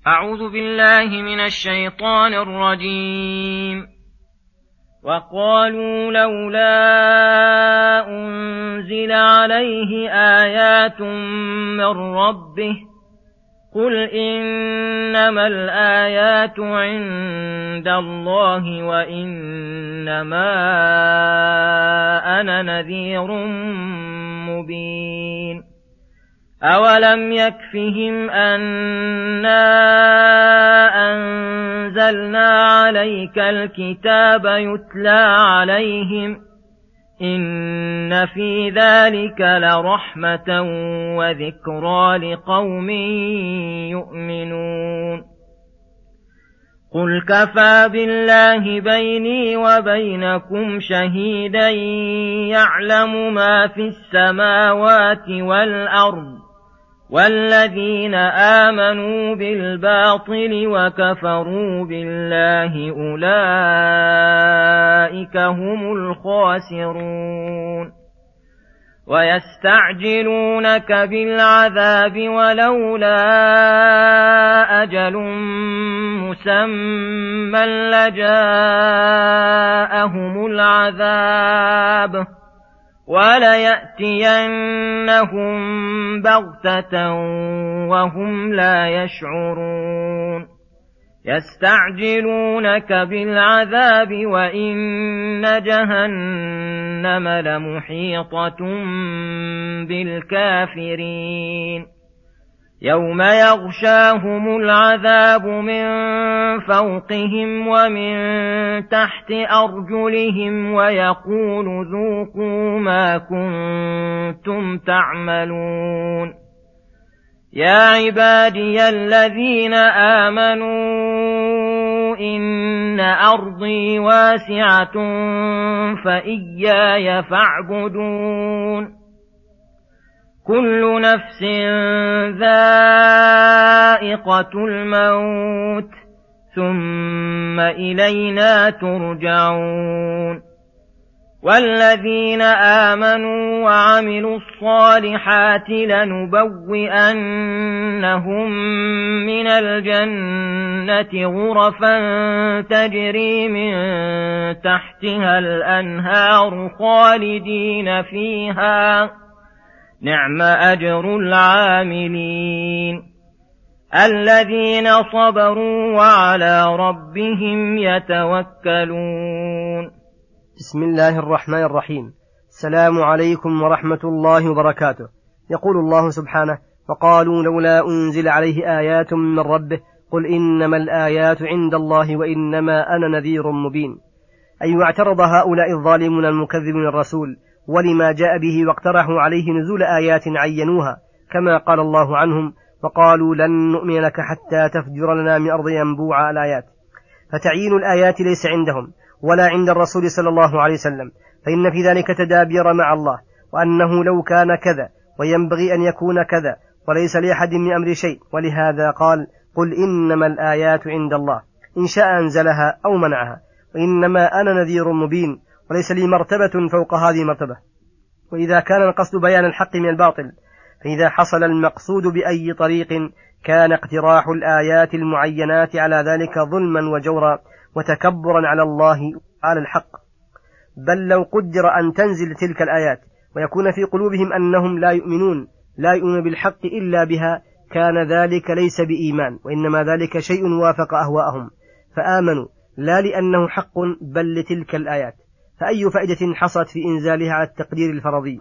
أعوذ بالله من الشيطان الرجيم. وقالوا لولا أنزل عليه آيات من ربه قل إنما الآيات عند الله وإنما أنا نذير مبين. أولم يكفهم أنا أنزلنا عليك الكتاب يتلى عليهم إن في ذلك لرحمة وذكرى لقوم يؤمنون. قل كفى بالله بيني وبينكم شهيدا يعلم ما في السماوات والأرض والذين آمنوا بالباطل وكفروا بالله أولئك هم الخاسرون. ويستعجلونك بالعذاب ولولا أجل مسمى لجاءهم العذاب وليأتينهم بغتة وهم لا يشعرون. يستعجلونك بالعذاب وإن جهنم لمحيطة بالكافرين. يوم يغشاهم العذاب من فوقهم ومن تحت أرجلهم ويقول ذوقوا ما كنتم تعملون. يا عبادي الذين آمنوا إن أرضي واسعة فإياي فاعبدون. كل نفس ذائقة الموت ثم إلينا ترجعون. والذين آمنوا وعملوا الصالحات لنبوئنهم من الجنة غرفا تجري من تحتها الأنهار خالدين فيها نعم أجر العاملين الذين صبروا وعلى ربهم يتوكلون. بسم الله الرحمن الرحيم. السلام عليكم ورحمة الله وبركاته. يقول الله سبحانه: وقالوا لولا أنزل عليه آيات من ربه قل إنما الآيات عند الله وإنما أنا نذير مبين. أي اعترض هؤلاء الظالمون المكذبون الرسول ولما جاء به واقترحوا عليه نزول آيات عينوها كما قال الله عنهم: وقالوا لن نؤمن لك حتى تفجر لنا من أرض ينبوع الآيات. فتعيين الآيات ليس عندهم ولا عند الرسول صلى الله عليه وسلم، فإن في ذلك تدابير مع الله، وأنه لو كان كذا وينبغي أن يكون كذا وليس لأحد من أمر شيء. ولهذا قال: قل إنما الآيات عند الله، إن شاء أنزلها أو منعها، وإنما أنا نذير مبين، وليس لي مرتبة فوق هذه المرتبة. وإذا كان القصد بيان الحق من الباطل، فإذا حصل المقصود بأي طريق كان اقتراح الآيات المعينات على ذلك ظلما وجورا وتكبرا على الله على الحق. بل لو قدر أن تنزل تلك الآيات ويكون في قلوبهم أنهم لا يؤمنون بالحق إلا بها، كان ذلك ليس بإيمان، وإنما ذلك شيء وافق أهواءهم فآمنوا، لا لأنه حق بل لتلك الآيات. فأي فائدة حصلت في إنزالها على التقدير الفرضي؟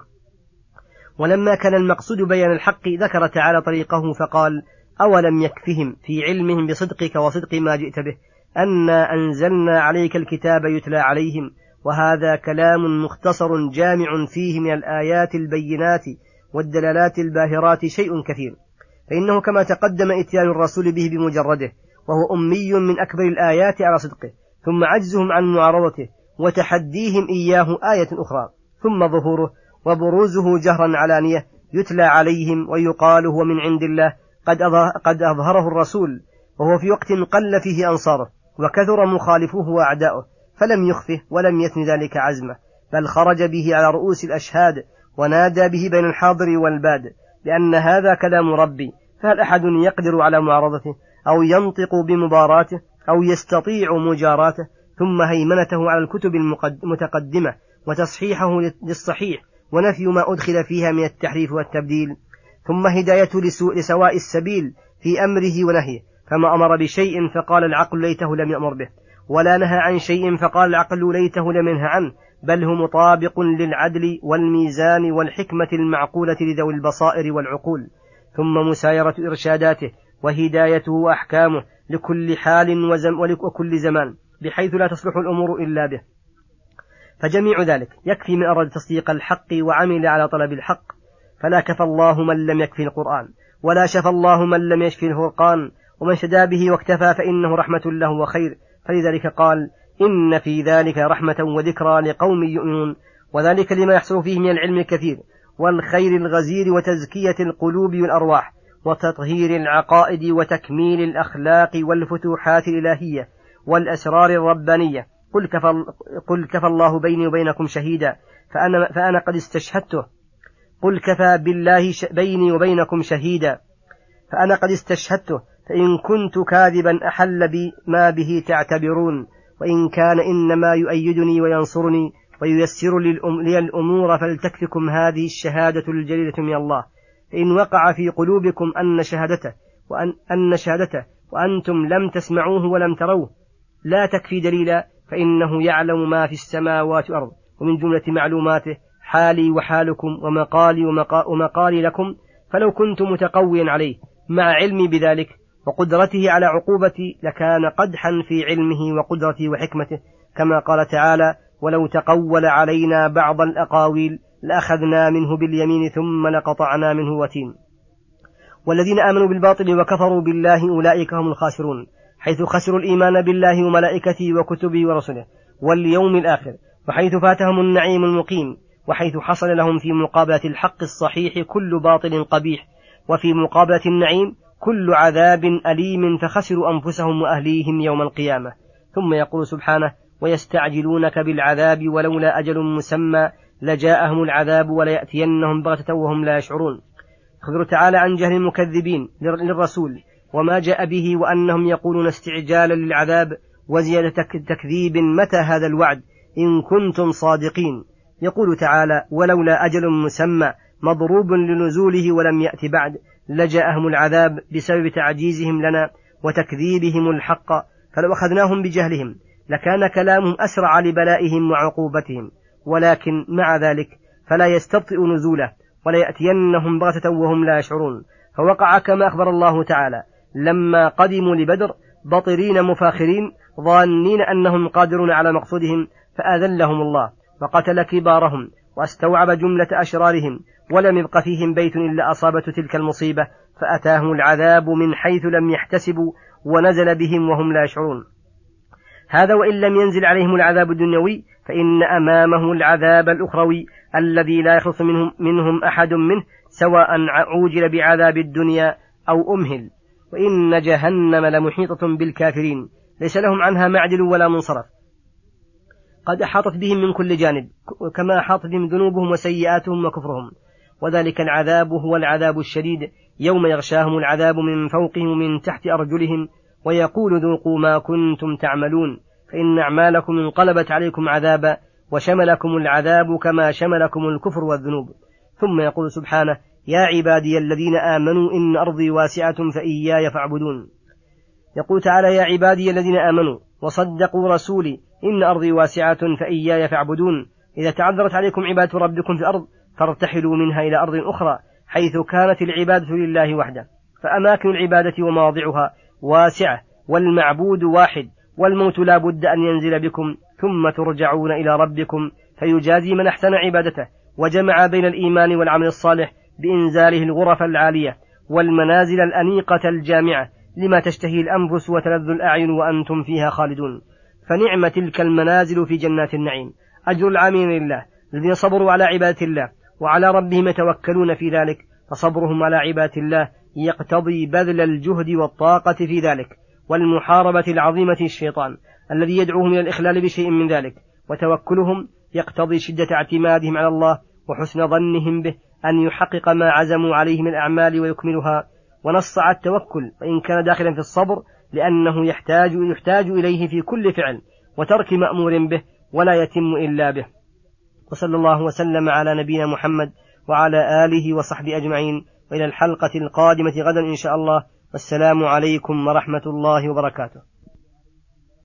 ولما كان المقصود بيان الحق ذكر تعالى طريقه فقال: أولم يكفهم في علمهم بصدقك وصدق ما جئت به أنا أنزلنا عليك الكتاب يتلى عليهم. وهذا كلام مختصر جامع فيه من الآيات البينات والدلالات الباهرات شيء كثير، فإنه كما تقدم إتيان الرسول به بمجرده وهو أمي من أكبر الآيات على صدقه، ثم عجزهم عن معارضته وتحديهم إياه آية أخرى، ثم ظهوره وبروزه جهرا علانية يتلى عليهم ويقال هو من عند الله قد أظهره الرسول، وهو في وقت قل فيه أنصاره وكثر مخالفوه وأعداؤه، فلم يخفه ولم يثن ذلك عزمه، بل خرج به على رؤوس الأشهاد ونادى به بين الحاضر والباد، لأن هذا كلام ربي، فهل أحد يقدر على معارضته أو ينطق بمباراته أو يستطيع مجاراته، ثم هيمنته على الكتب المتقدمة وتصحيحه للصحيح ونفي ما أدخل فيها من التحريف والتبديل، ثم هدايته لسواء السبيل في أمره ونهيه، فما أمر بشيء فقال العقل ليته لم يأمر به، ولا نهى عن شيء فقال العقل ليته لم ينه عنه، بل هو مطابق للعدل والميزان والحكمة المعقولة لذوي البصائر والعقول، ثم مسايرة إرشاداته وهدايته وأحكامه لكل حال وكل زمان، بحيث لا تصلح الأمور إلا به. فجميع ذلك يكفي من أراد تصديق الحق وعمل على طلب الحق، فلا كفى الله من لم يكفي القرآن، ولا شفى الله من لم يشفي الفرقان، ومن شدا به واكتفى فإنه رحمة له وخير، فلذلك قال: إن في ذلك رحمة وذكرى لقوم يؤمنون، وذلك لما يحصل فيه من العلم الكثير والخير الغزير وتزكية القلوب والأرواح وتطهير العقائد وتكميل الأخلاق والفتوحات الإلهية والأسرار الربانية. قل كفى الله بيني وبينكم شهيدا فأنا قد استشهدته. قل كفى بالله بيني وبينكم شهيدا فأنا قد استشهدته، فإن كنت كاذبا أحل بي ما به تعتبرون، وإن كان إنما يؤيدني وينصرني وييسر لي الأمور، فلتكفكم هذه الشهادة الجليلة من الله. فإن وقع في قلوبكم أن شهادته وأنتم لم تسمعوه ولم تروه لا تكفي دليلا، فإنه يعلم ما في السماوات والأرض، ومن جملة معلوماته حالي وحالكم ومقالي لكم، فلو كنت متقويا عليه مع علمي بذلك وقدرته على عقوبتي لكان قدحا في علمه وقدرته وحكمته، كما قال تعالى: ولو تقول علينا بعض الأقاويل لأخذنا منه باليمين ثم لقطعنا منه وتين. والذين آمنوا بالباطل وكفروا بالله أولئك هم الخاسرون، حيث خسروا الإيمان بالله وملائكته وكتبه ورسله واليوم الآخر، وحيث فاتهم النعيم المقيم، وحيث حصل لهم في مقابلة الحق الصحيح كل باطل قبيح، وفي مقابلة النعيم كل عذاب أليم، فخسروا أنفسهم وأهليهم يوم القيامة. ثم يقول سبحانه: ويستعجلونك بالعذاب ولولا أجل مسمى لجاءهم العذاب وليأتينهم بغتة وهم لا يشعرون. أخبر تعالى عن جهل المكذبين للرسول وما جاء به، وأنهم يقولون استعجالا للعذاب وزيادة تكذيب، متى هذا الوعد إن كنتم صادقين؟ يقول تعالى: ولولا أجل مسمى مضروب لنزوله ولم يأت بعد، لجاءهم العذاب بسبب تعجيزهم لنا وتكذيبهم الحق، فلو أخذناهم بجهلهم لكان كلامهم أسرع لبلائهم وعقوبتهم، ولكن مع ذلك فلا يستبطئ نزوله ولا يأتينهم بغتة وهم لا يشعرون. فوقع كما أخبر الله تعالى لما قدموا لبدر بطرين مفاخرين ظانين أنهم قادرون على مقصودهم، فأذلهم الله وقتل كبارهم واستوعب جملة أشرارهم، ولم يبق فيهم بيت إلا أصابته تلك المصيبة، فأتاهم العذاب من حيث لم يحتسبوا ونزل بهم وهم لا يشعرون. هذا وإن لم ينزل عليهم العذاب الدنيوي، فإن أمامه العذاب الأخروي الذي لا يخلص منهم أحد منه، سواء عوجل بعذاب الدنيا أو أمهل. وإن جهنم لمحيطة بالكافرين ليس لهم عنها معدل ولا منصرف، قد أحاطت بهم من كل جانب، كما أحاطت بهم ذنوبهم وسيئاتهم وكفرهم. وذلك العذاب هو العذاب الشديد، يوم يغشاهم العذاب من فوقهم ومن تحت أرجلهم، ويقول ذوقوا ما كنتم تعملون، فإن أعمالكم انقلبت عليكم عذابا، وشملكم العذاب كما شملكم الكفر والذنوب. ثم يقول سبحانه: يا عبادي الذين آمنوا إن أرضي واسعة فإياي فاعبدون. يقول تعالى: يا عبادي الذين آمنوا وصدقوا رسولي إن أرضي واسعة فإياي فاعبدون. إذا تعذرت عليكم عبادة ربكم في الأرض فارتحلوا منها إلى أرض أخرى حيث كانت العبادة لله وحده، فأماكن العبادة ومواضعها واسعة، والمعبود واحد، والموت لا بد أن ينزل بكم، ثم ترجعون إلى ربكم فيجازي من أحسن عبادته. وجمع بين الإيمان والعمل الصالح بإنزاله الغرف العالية والمنازل الأنيقة الجامعة لما تشتهي الأنفس وتلذ الأعين وأنتم فيها خالدون. فنعم تلك المنازل في جنات النعيم. أجر العاملين لله الذين صبروا على عبادة الله وعلى ربهم يتوكلون في ذلك، فصبرهم على عبادة الله يقتضي بذل الجهد والطاقة في ذلك، والمحاربة العظيمة الشيطان الذي يدعوهم إلى الإخلال بشيء من ذلك، وتوكلهم يقتضي شدة اعتمادهم على الله وحسن ظنهم به أن يحقق ما عزموا عليه من الأعمال ويكملها، ونص على التوكل وإن كان داخلا في الصبر، لأنه يحتاج إليه في كل فعل وترك مأمور به، ولا يتم إلا به. وصلى الله وسلم على نبينا محمد وعلى آله وصحبه أجمعين، وإلى الحلقة القادمة غدا إن شاء الله، والسلام عليكم ورحمة الله وبركاته.